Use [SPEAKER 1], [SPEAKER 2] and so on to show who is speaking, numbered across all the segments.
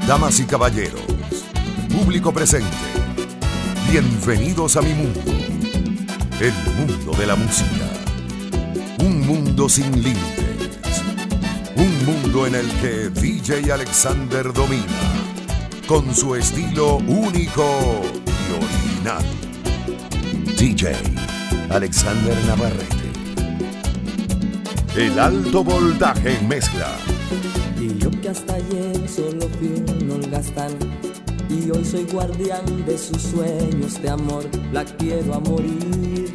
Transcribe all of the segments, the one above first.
[SPEAKER 1] Damas y caballeros, público presente, bienvenidos a mi mundo, el mundo de la música. Un mundo sin límites, un mundo en el que DJ Alexander domina, con su estilo único y original. DJ Alexander Navarrete. El alto voltaje en mezcla.
[SPEAKER 2] Y yo que hasta ayer solo fui un holgazán, y hoy soy guardián de sus sueños de amor. La quiero a morir.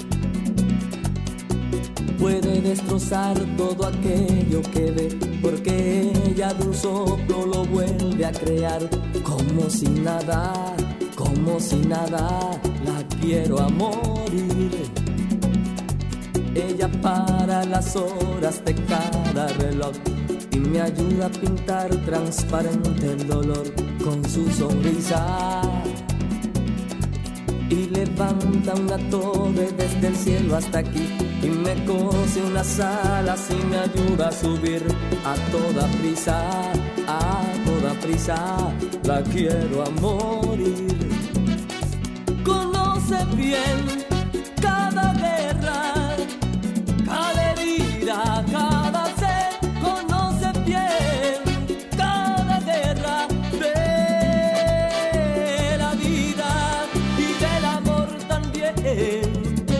[SPEAKER 2] Puede destrozar todo aquello que ve, porque ella de un soplo lo vuelve a crear. Como si nada, la quiero a morir. Ella para las horas de cada reloj y me ayuda a pintar transparente el dolor con su sonrisa. Y levanta una torre desde el cielo hasta aquí, y me cose unas alas y me ayuda a subir a toda prisa, la quiero a morir. Conoce bien cada guerra, cada herida, cada sed. Conoce bien cada guerra de la vida y del amor también.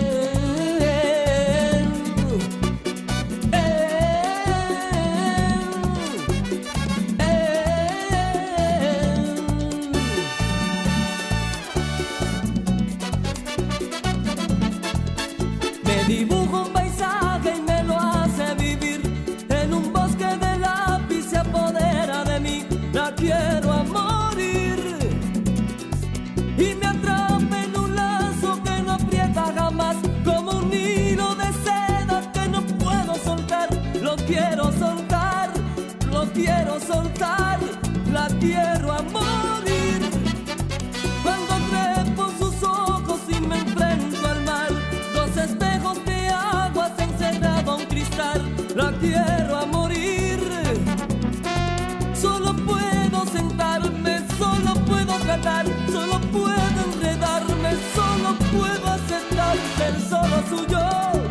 [SPEAKER 2] Dibujo un paisaje y me lo hace vivir. En un bosque de lápiz se apodera de mí. La quiero a morir. Y me atrapa en un lazo que no aprieta jamás, como un hilo de seda que no puedo soltar. Lo quiero soltar, la quiero a morir. Cuando trepo sus ojos y me enfrento al mar, dos espejos de agua se encerrado a un cristal. La quiero a morir. Solo puedo sentarme, solo puedo cantar, solo puedo enredarme, solo puedo aceptar ser solo suyo,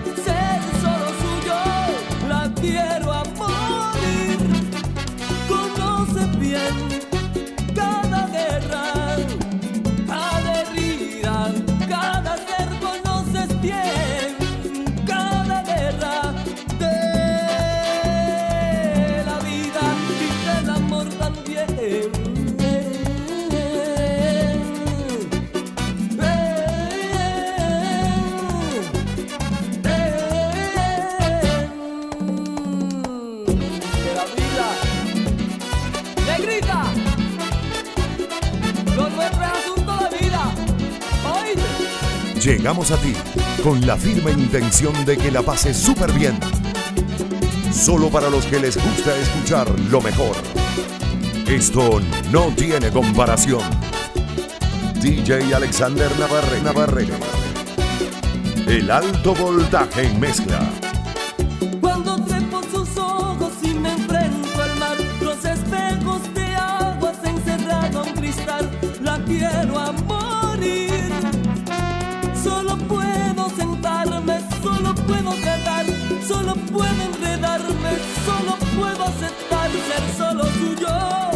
[SPEAKER 2] la quiero a morir. Conoce bien cada guerra, cada herida, cada ser. Conoces bien cada guerra de la vida y del amor también. De la vida, negrita, lo nuestro es asunto de vida. ¿Oíste?
[SPEAKER 1] Llegamos a ti con la firme intención de que la pases súper bien. Solo para los que les gusta escuchar lo mejor. Esto no tiene comparación. DJ Alexander Navarrete. El alto voltaje en mezcla.
[SPEAKER 2] Cuando trepo sus ojos y me enfrento al mar, los espejos de agua se encerran a un cristal. La quiero a morir. Solo puedo sentarme, solo puedo cantar, solo puedo enredarme, solo puedo aceptar ser solo suyo,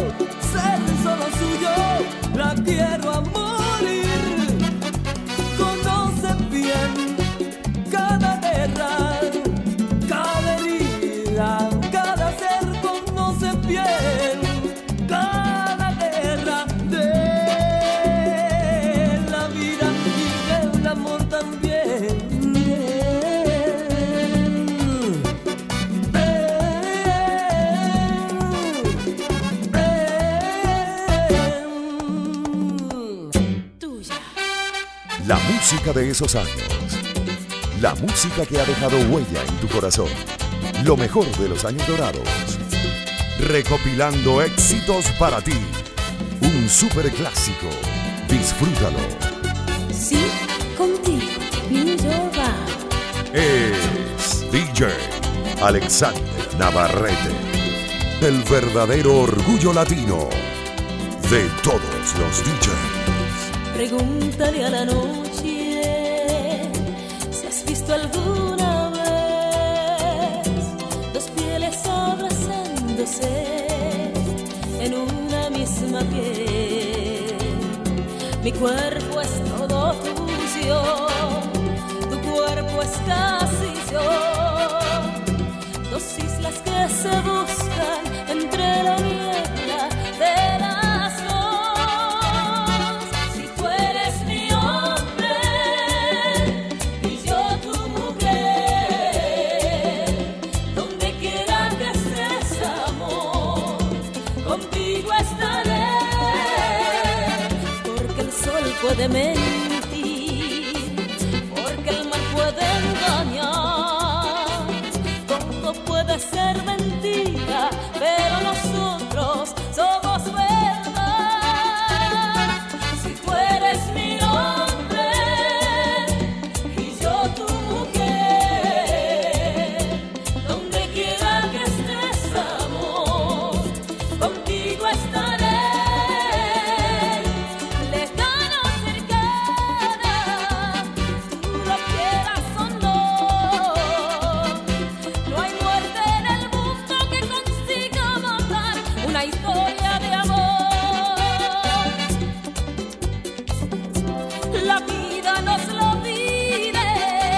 [SPEAKER 2] la quiero a morir. Conoce bien cada guerra, cada herida, cada ser. Conoce bien cada guerra de la vida y del amor también.
[SPEAKER 1] La música de esos años. La música que ha dejado huella en tu corazón. Lo mejor de los años dorados. Recopilando éxitos para ti. Un super clásico. Disfrútalo.
[SPEAKER 3] Sí, contigo, New York.
[SPEAKER 1] Es DJ Alexander Navarrete. El verdadero orgullo latino. de todos los DJs.
[SPEAKER 3] Pregúntale a la noche si has visto alguna vez dos pieles abrazándose en una misma piel. Mi cuerpo es todo tuyo, tu cuerpo es casi yo. Dos islas que se buscan entre la niebla de las dos. Si tú eres mi hombre y yo tu mujer, donde quiera que estés, amor, contigo estaré. Porque el sol puede mentir, porque el mar puede engañar, todo puede ser mentira, pero nosotros somos verdad. Si tú eres mi hombre y yo tu mujer, donde quiera que estés, amor, contigo estaré. Lejano, cercana, tú lo quieras o no, no hay muerte en el mundo que consiga matar una historia de amor. La vida nos lo pide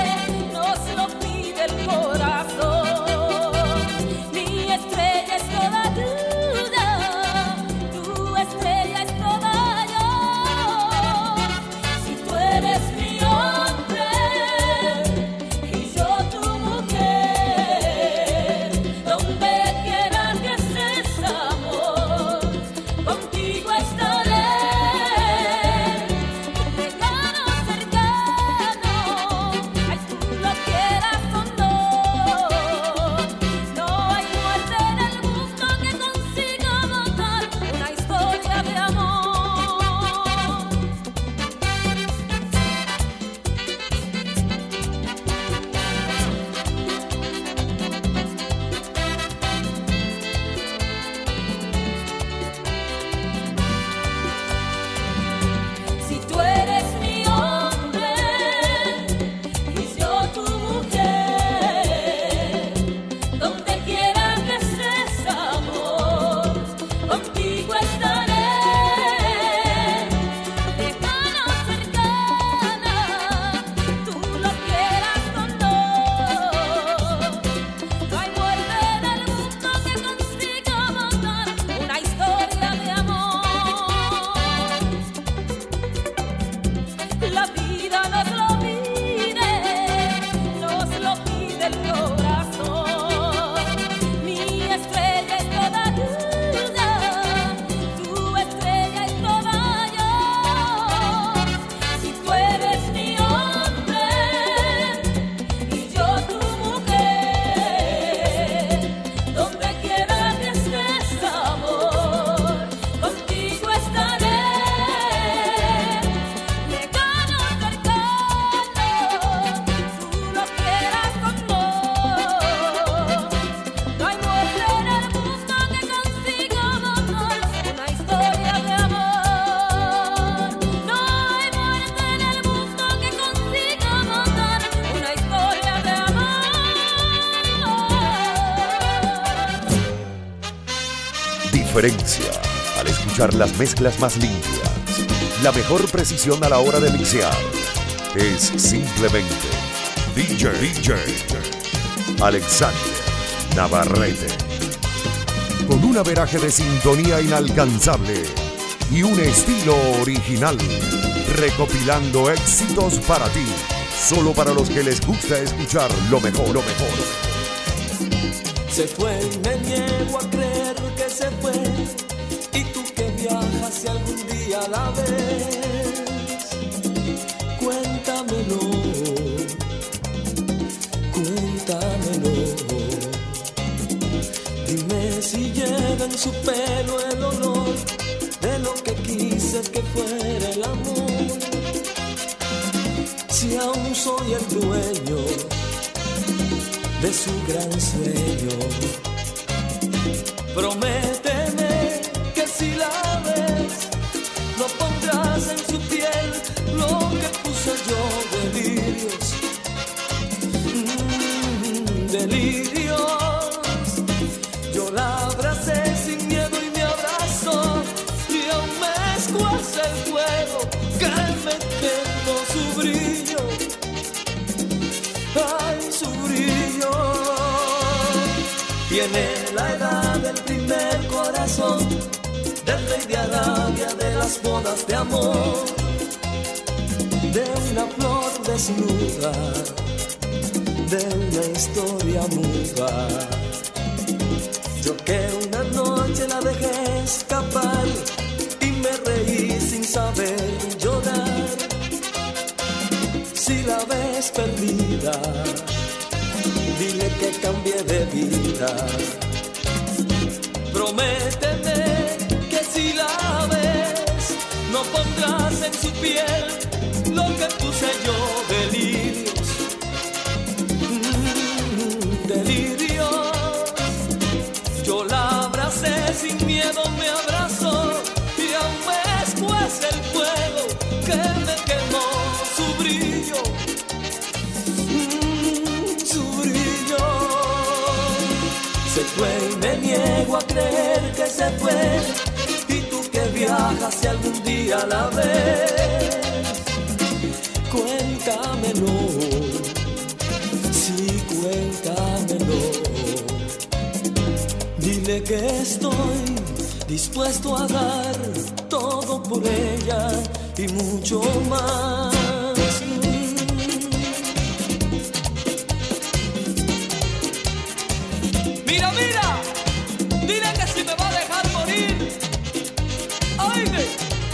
[SPEAKER 3] el corazón. Mi estrella es toda tuya, tu estrella es toda yo. Si tú eres mi hombre y yo tu mujer, donde quiera que estés, amor, contigo estaré. Lejano, cercano, ay, tú lo quieras o no, no hay muerte en el mundo que consiga matar una historia de amor. Si tú eres mi hombre y yo tu mujer, donde quiera que estés, amor, contigo estaré. Lejano, cercana, tú lo quieras o no, no hay muerte en el mundo que consiga matar una historia de amor. La vida nos lo pide el corazón. Mi estrella es toda tuya, tu estrella es toda yo. Si tú eres mi hombre y yo tu mujer, donde quiera que estés, amor, contigo estaré. Lejano, cercano, tú lo quieras o no, no hay muerte en el mundo que consiga matar una historia de amor. No hay muerte en el mundo que consiga matar una historia de amor.
[SPEAKER 1] Diferencia al escuchar las mezclas más limpias. La mejor precisión a la hora de mixear es simplemente DJ Alexander Navarrete. Con un averaje de sintonía inalcanzable y un estilo original, recopilando éxitos para ti, solo para los que les gusta escuchar lo mejor, lo mejor.
[SPEAKER 2] Se fue, me niego a creer que se fue. Y tú que viajas, si algún día la ves, cuéntamelo, cuéntamelo. Dime si lleva en su pelo el olor de lo que quise que fuera el amor. Si aún soy el dueño de su gran sueño, prométeme que si la ves quemó su brillo, ay, su brillo. Tiene la edad del primer corazón, del rey de Arabia, de las bodas de amor, de una flor desnuda, de una historia muda. Yo que una noche la dejé escapar y me reí sin saber llorar. Si la ves perdida, dile que cambié de vida. Prométeme que si la ves, no pondrás en su piel lo que puse yo, delirios, delirios. Yo la abracé sin miedo, me abrazó y aún me escuece el fuego que me quemó su brillo, su brillo. Se fue y me niego a creer que se fue, y tú que viajas si algún día la ves, cuéntamelo, sí, cuéntamelo. Dile que estoy dispuesto a dar todo por ella y mucho más. Mira, mira, dile que si me va a dejar morir, oíste.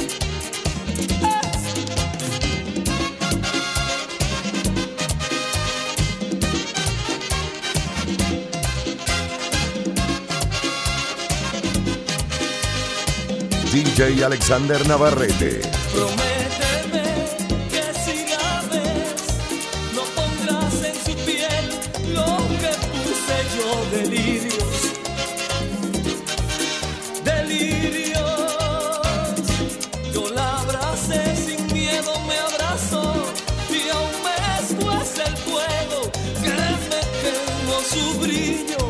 [SPEAKER 1] DJ Alexander Navarrete.
[SPEAKER 2] Prométeme que si la ves, no pondrás en su piel lo que puse yo, delirios, delirios. Yo la abracé sin miedo, me abrazó y aún me escuece el fuego que me quemó su brillo,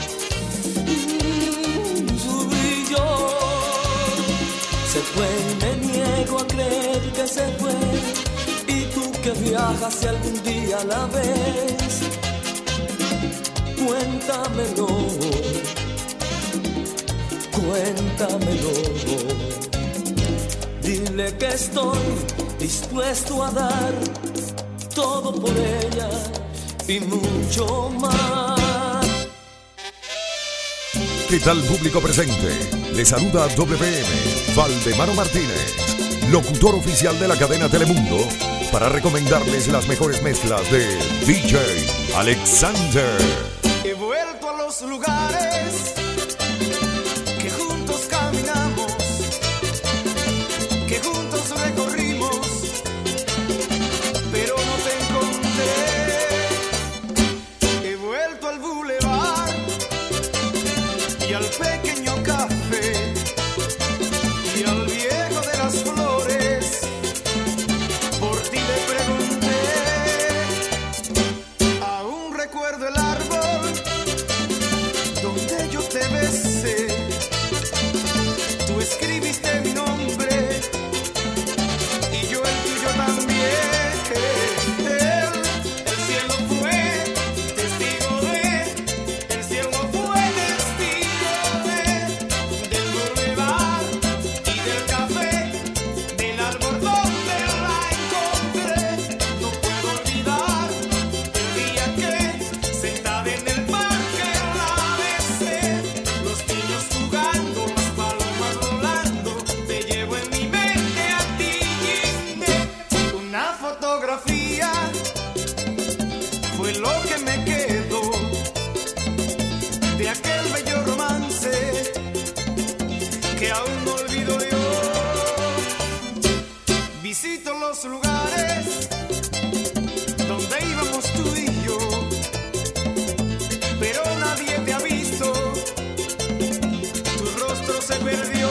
[SPEAKER 2] su brillo. Se fue y me niego a creer que se fue, y tú que viajas si algún día la ves, cuéntamelo, cuéntamelo. Dile que estoy dispuesto a dar todo por ella y mucho más.
[SPEAKER 1] ¿Qué tal, público presente? Le saluda WM Valdemaro Martínez, locutor oficial de la cadena Telemundo, para recomendarles las mejores mezclas de DJ Alexander.
[SPEAKER 4] He vuelto a los lugares que juntos caminamos, que juntos recorrimos, pero no te encontré. He vuelto al bulevar y al pequeño café y al viejo de las flores. Por ti le pregunté, aún recuerdo el árbol donde yo te besé. Tú escribiste mi nombre y yo el tuyo también. El cielo fue testigo de, el cielo fue testigo del bulevar y del café, del árbol donde la encontré. No puedo olvidar el día que sentada en el parque la besé. Los niños jugando, las palomas volando, te llevo en mi mente a ti. Una fotografía fue lo que me quedó de aquel bello romance que aún no olvido yo. Visito los lugares donde íbamos tú y yo, pero nadie te ha visto, tu rostro se perdió.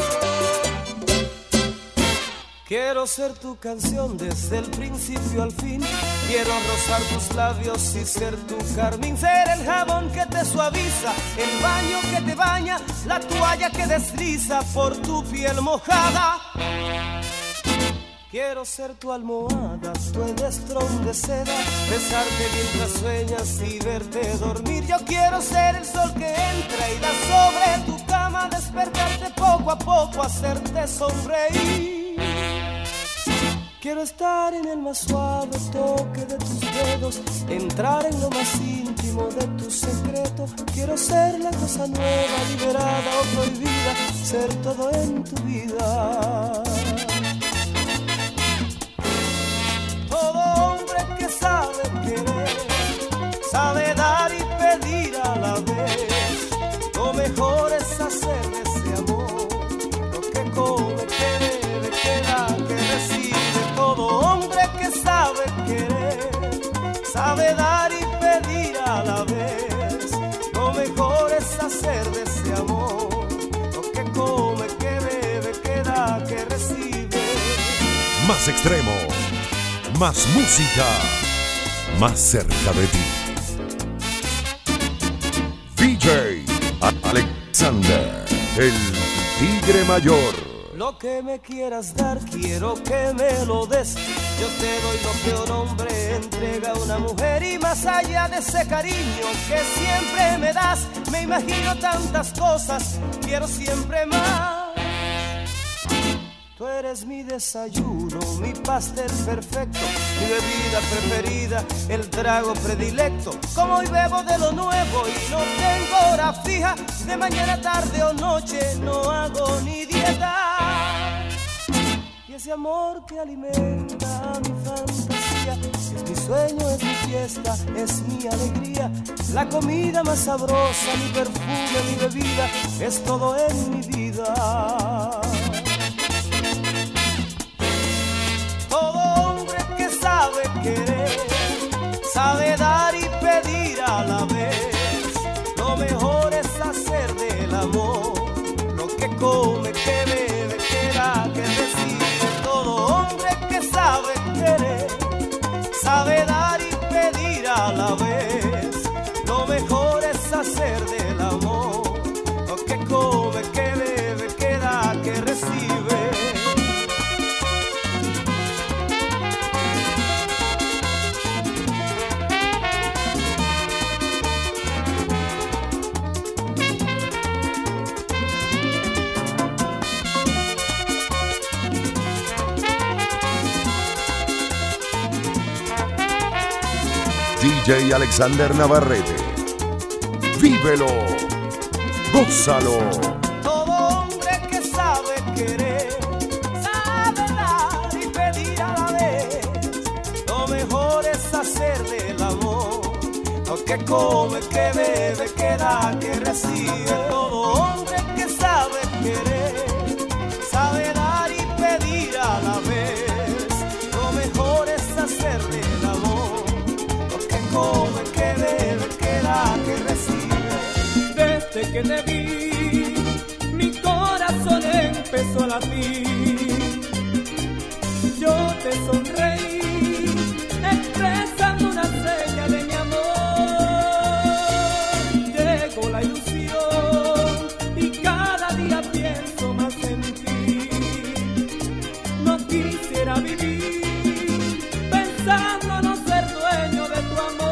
[SPEAKER 2] Quiero ser tu canción desde el principio al fin. Quiero rozar tus labios y ser tu carmín. Ser el jabón que te suaviza, el baño que te baña, la toalla que desliza por tu piel mojada. Quiero ser tu almohada, tu edestrón de seda, besarte mientras sueñas y verte dormir. Yo quiero ser el sol que entra y da sobre tu cama, despertarte poco a poco, hacerte sonreír. Quiero estar en el más suave toque de tus dedos, entrar en lo más íntimo de tu secreto. Quiero ser la cosa nueva, liberada o prohibida, ser todo en tu vida. Sabe querer, sabe dar y pedir a la vez. Lo mejor es hacer de ese amor lo que come, que bebe, que da, que recibe. Todo hombre que sabe querer, sabe dar y pedir a la vez. Lo mejor es hacer de ese amor lo que come, que bebe, que da, que recibe.
[SPEAKER 1] Más extremo, más música, más cerca de ti. DJ Alexander, el Tigre Mayor.
[SPEAKER 2] Lo que me quieras dar, quiero que me lo des. Yo te doy lo que un hombre entrega a una mujer. Y más allá de ese cariño que siempre me das, me imagino tantas cosas, quiero siempre más. Tú eres mi desayuno, mi pastel perfecto, mi bebida preferida, el trago predilecto. Como hoy bebo de lo nuevo y no tengo hora fija, de mañana, tarde o noche no hago ni dieta. Y ese amor que alimenta mi fantasía, es mi sueño, es mi fiesta, es mi alegría. La comida más sabrosa, mi perfume, mi bebida, es todo en mi vida. Sabe querer, sabe dar y pedir a la vez. Lo mejor es hacer del amor lo que come, que bebe, que da, que recibe. Todo hombre que sabe querer, sabe dar y pedir a la vez. Lo mejor es hacer del amor lo que come, que bebe, que da, que recibe.
[SPEAKER 1] DJ Alexander Navarrete. Vívelo, gózalo.
[SPEAKER 2] Todo hombre que sabe querer, sabe dar y pedir a la vez. Lo mejor es hacer del amor lo que come, que bebe, que da, que recibe. Todo hombre que sabe querer, sabe dar y pedir a la vez. Lo mejor es hacer del amor lo que come, que bebe, que da, que recibe.
[SPEAKER 5] Desde que te vi, mi corazón empezó a latir. Yo te sonreí, expresando una seña de mi amor. Llegó la ilusión y cada día pienso más en ti. No quisiera vivir pensando no ser dueño de tu amor.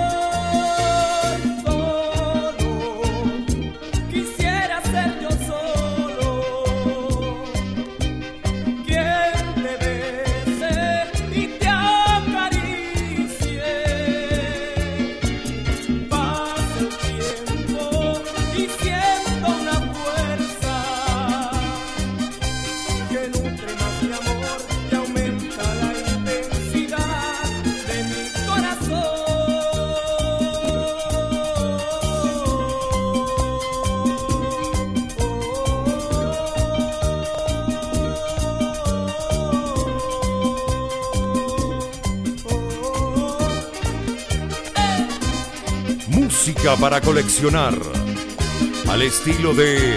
[SPEAKER 1] Música para coleccionar, al estilo de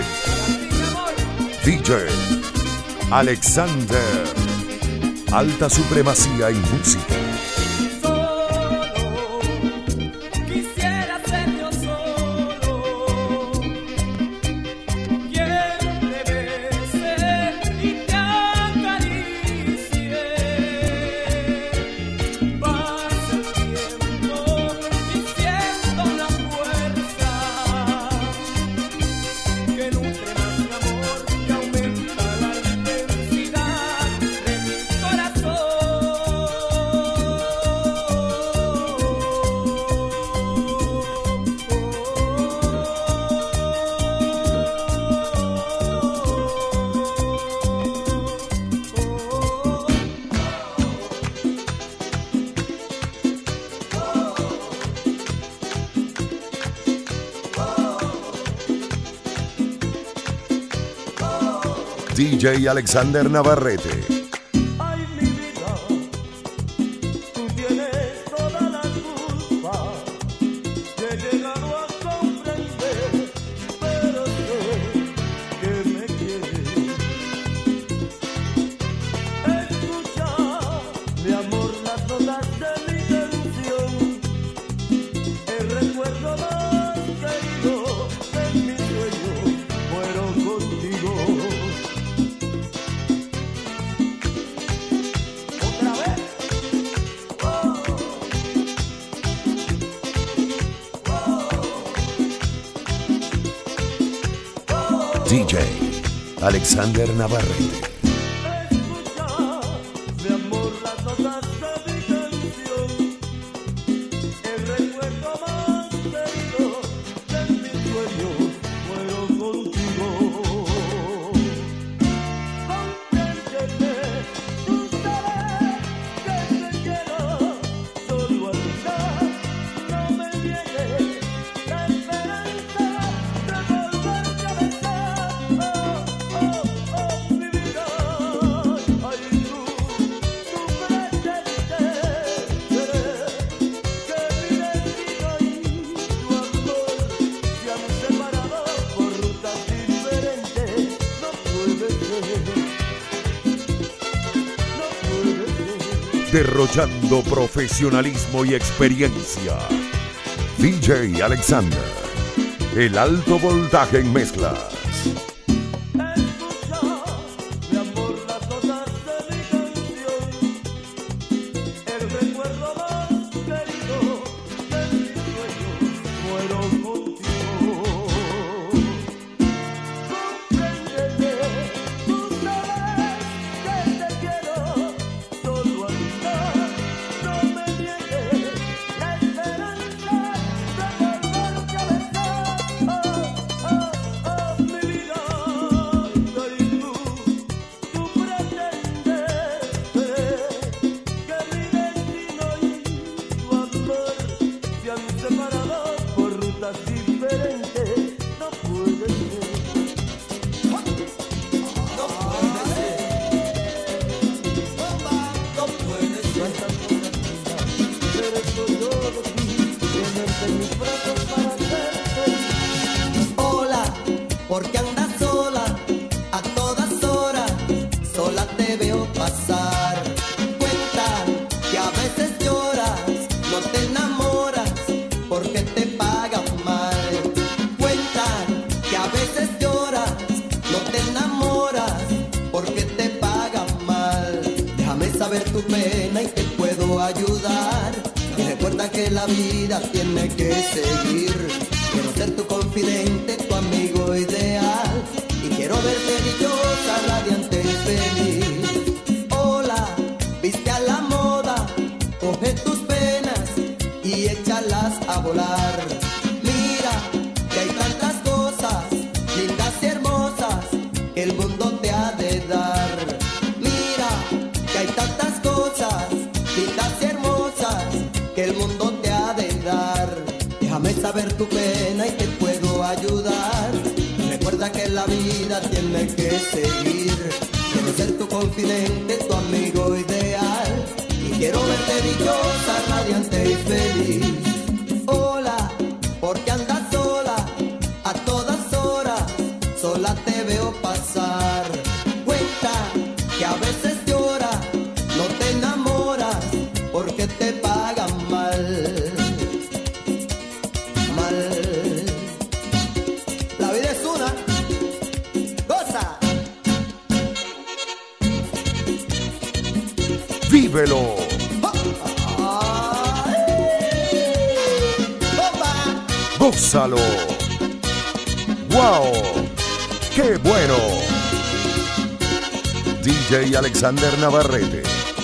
[SPEAKER 1] DJ Alexander. Alta supremacía en música.
[SPEAKER 5] Quien te bese y te acaricie.
[SPEAKER 1] DJ Alexander Navarrete.
[SPEAKER 5] Ay, mi vida, tú tienes toda la culpa. Te he llegado a comprender, pero sé que me quieres. Escucha, mi amor, las notas de mi canción. El recuerdo más querido de mis sueños fueron contigo. Otra vez.
[SPEAKER 1] DJ Alexander Navarrete.
[SPEAKER 5] Escucha, mi amor, las notas de mi canción. El recuerdo más querido de mis sueños fueron contigo. Compréndeme, tú sabes que te quiero. Solo al mirar, no me niegues la esperanza de volverte a besar. Mi vida, ay, tú pretendes que mi destino y tu amor se han separado por rutas diferentes. No puede ser, no puede ser.
[SPEAKER 1] Derrochando profesionalismo y experiencia. DJ Alexander. El alto voltaje en mezclas.
[SPEAKER 5] Escucha, mi amor, las notas de mi canción. El recuerdo más querido de mis sueños fueron contigo. Compréndeme, tú sabes que te quiero. Solo al mirar, no me niegues la esperanza de volverte a besar. Mi vida, ay, tú pretendes que mi destino y tu amor se han separado por rutas diferentes. No puede ser, no puede ser, no puede ser. Pero soy yo de ti, tenerte en mis brazos para ser feliz.
[SPEAKER 6] Hola, ¿por qué andas sola? A todas horas, sola te veo pasar. Cuenta que a veces lloras, no te enamoras, porque te pagan mal. Cuenta que a veces lloras, no te enamoras, porque te pagan mal. Déjame saber tu pena y te puedo ayudar. Y recuerda que la vida tiene que seguir. Quiero ser tu confidente, tu amigo ideal. Y quiero verte dichosa, radiante y feliz. Hola, viste a la moda, coge tus penas y échalas a volar. Mira que hay tantas cosas lindas y hermosas que el mundo te ha de dar. Mira que hay tantas cosas lindas y hermosas que el mundo te ha de dar. Déjame saber tu pena y te puedo ayudar. Recuerda que la vida tiene que seguir. Quiero ser tu confidente, tu amigo ideal. Y quiero verte dichosa, radiante y feliz. Hola, ¿por qué andas sola? A todas horas, sola te veo pasar. Cuenta que a veces lloras, no te enamoras, porque te pagan mal. La vida es una, goza.
[SPEAKER 1] Vívelo.
[SPEAKER 6] ¡Bomba!
[SPEAKER 1] Gózalo. ¡Wow! ¡Qué bueno! DJ Alexander Navarrete.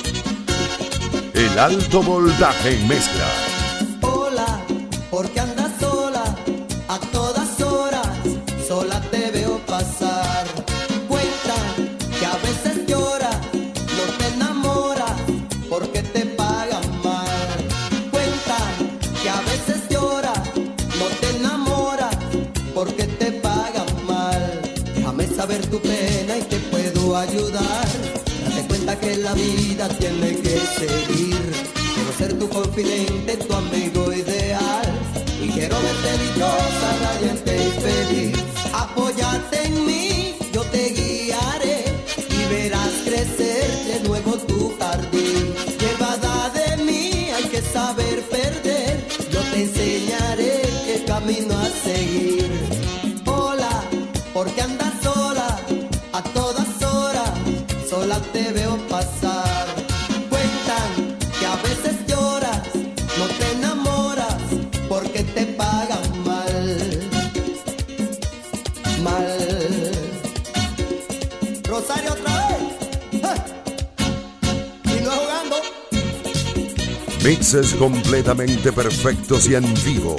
[SPEAKER 1] El alto voltaje en mezcla.
[SPEAKER 6] Hola, ¿por qué andas sola? A todas horas, sola te veo pasar. Cuenta que a veces lloras, no te enamoras, porque te pagan mal. Cuenta que a veces lloras, no te enamoras, porque te pagan mal. Déjame saber tu pena y te puedo ayudar. Date cuenta que la vida tiene que seguir. Quiero ser tu confidente, tu amigo ideal. Y quiero verte dichosa, radiante y feliz. Apóyate en mí, yo te guiaré y verás crecer de nuevo tu jardín. Llevada de mí hay que saber perder. Yo te enseñaré qué camino a seguir. Hola, ¿por qué andas sola? A todas horas sola te veo pasar. Cuentan que a veces lloras, no te enamoras porque te pagan mal. Mal. Rosario otra vez. ¡Ja! Y no jugando.
[SPEAKER 1] Mixes completamente perfectos y en vivo.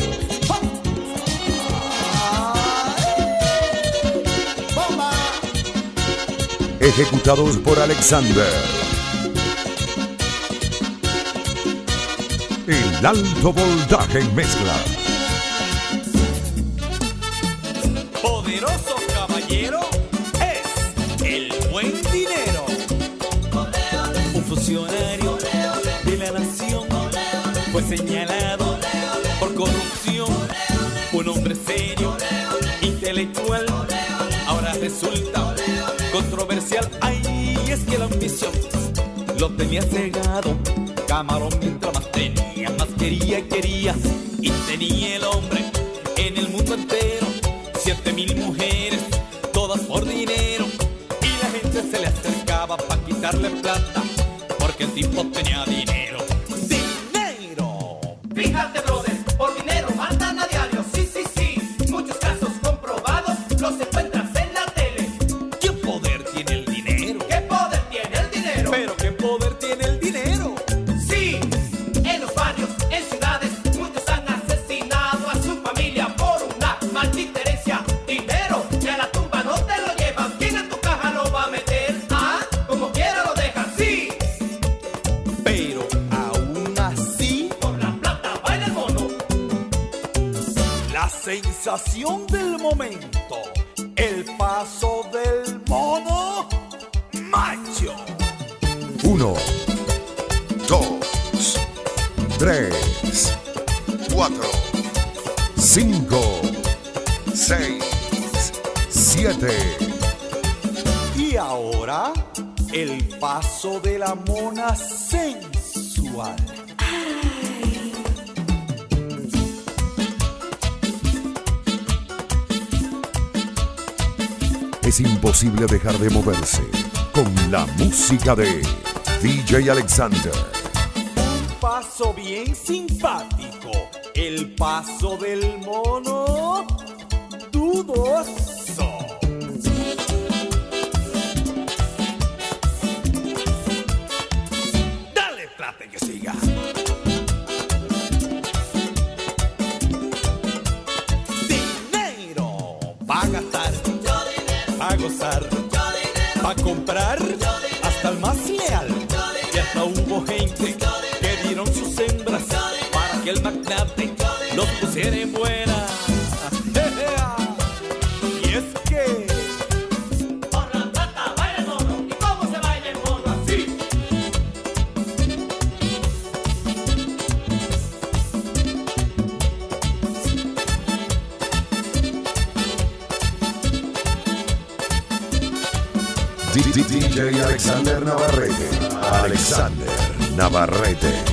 [SPEAKER 6] ¡Bomba!
[SPEAKER 1] Ejecutados por Alexander. El alto voltaje en mezcla.
[SPEAKER 7] Poderoso caballero es el buen dinero. Un funcionario de la nación fue señalado por corrupción. Un hombre serio, intelectual, ahora resulta controversial. Ay, es que la ambición lo tenía cegado. Camarón mientras más tenía, más quería y quería. Y tenía el hombre en el mundo entero 7,000 mujeres, todas por dinero. Y la gente se le acercaba para quitarle plata, porque el tipo tenía dinero. ¡Dinero!
[SPEAKER 4] Fíjate, brother, por dinero matan a diario. Sí, sí, sí, muchos casos comprobados los encuentras en la tele.
[SPEAKER 7] ¿Qué poder tiene el dinero?
[SPEAKER 4] ¿Qué poder tiene el dinero?
[SPEAKER 7] ¿Pero qué poder tiene el dinero?
[SPEAKER 4] Sí, en los barrios, en ciudades, muchos han asesinado a su familia por una maldita herencia. Dinero, que a la tumba no te lo llevan. ¿Quién en tu caja lo va a meter? Ah, como quiera lo dejan, sí.
[SPEAKER 7] Pero aún así,
[SPEAKER 4] Por la plata baila el mono.
[SPEAKER 7] la sensación del momento, el paso del mono macho.
[SPEAKER 1] 1, 2, 3, 4, 5, 6, 7.
[SPEAKER 7] Y ahora, el paso de la mona sensual.
[SPEAKER 1] Es imposible dejar de moverse con la música de DJ Alexander.
[SPEAKER 7] Un paso bien simpático, el paso del mono dudoso. Dale plata que siga. Dinero pa' gastar, pa' gozar, pa' comprar, hasta el más leal. Y hasta hubo gente que dieron sus hembras para que el magnate los pusiera en buena. Y es que
[SPEAKER 4] Por la plata baila el mono. ¿Y cómo se baila el mono? Así.
[SPEAKER 1] DJ Alexander Navarrete. Alexander Navarrete.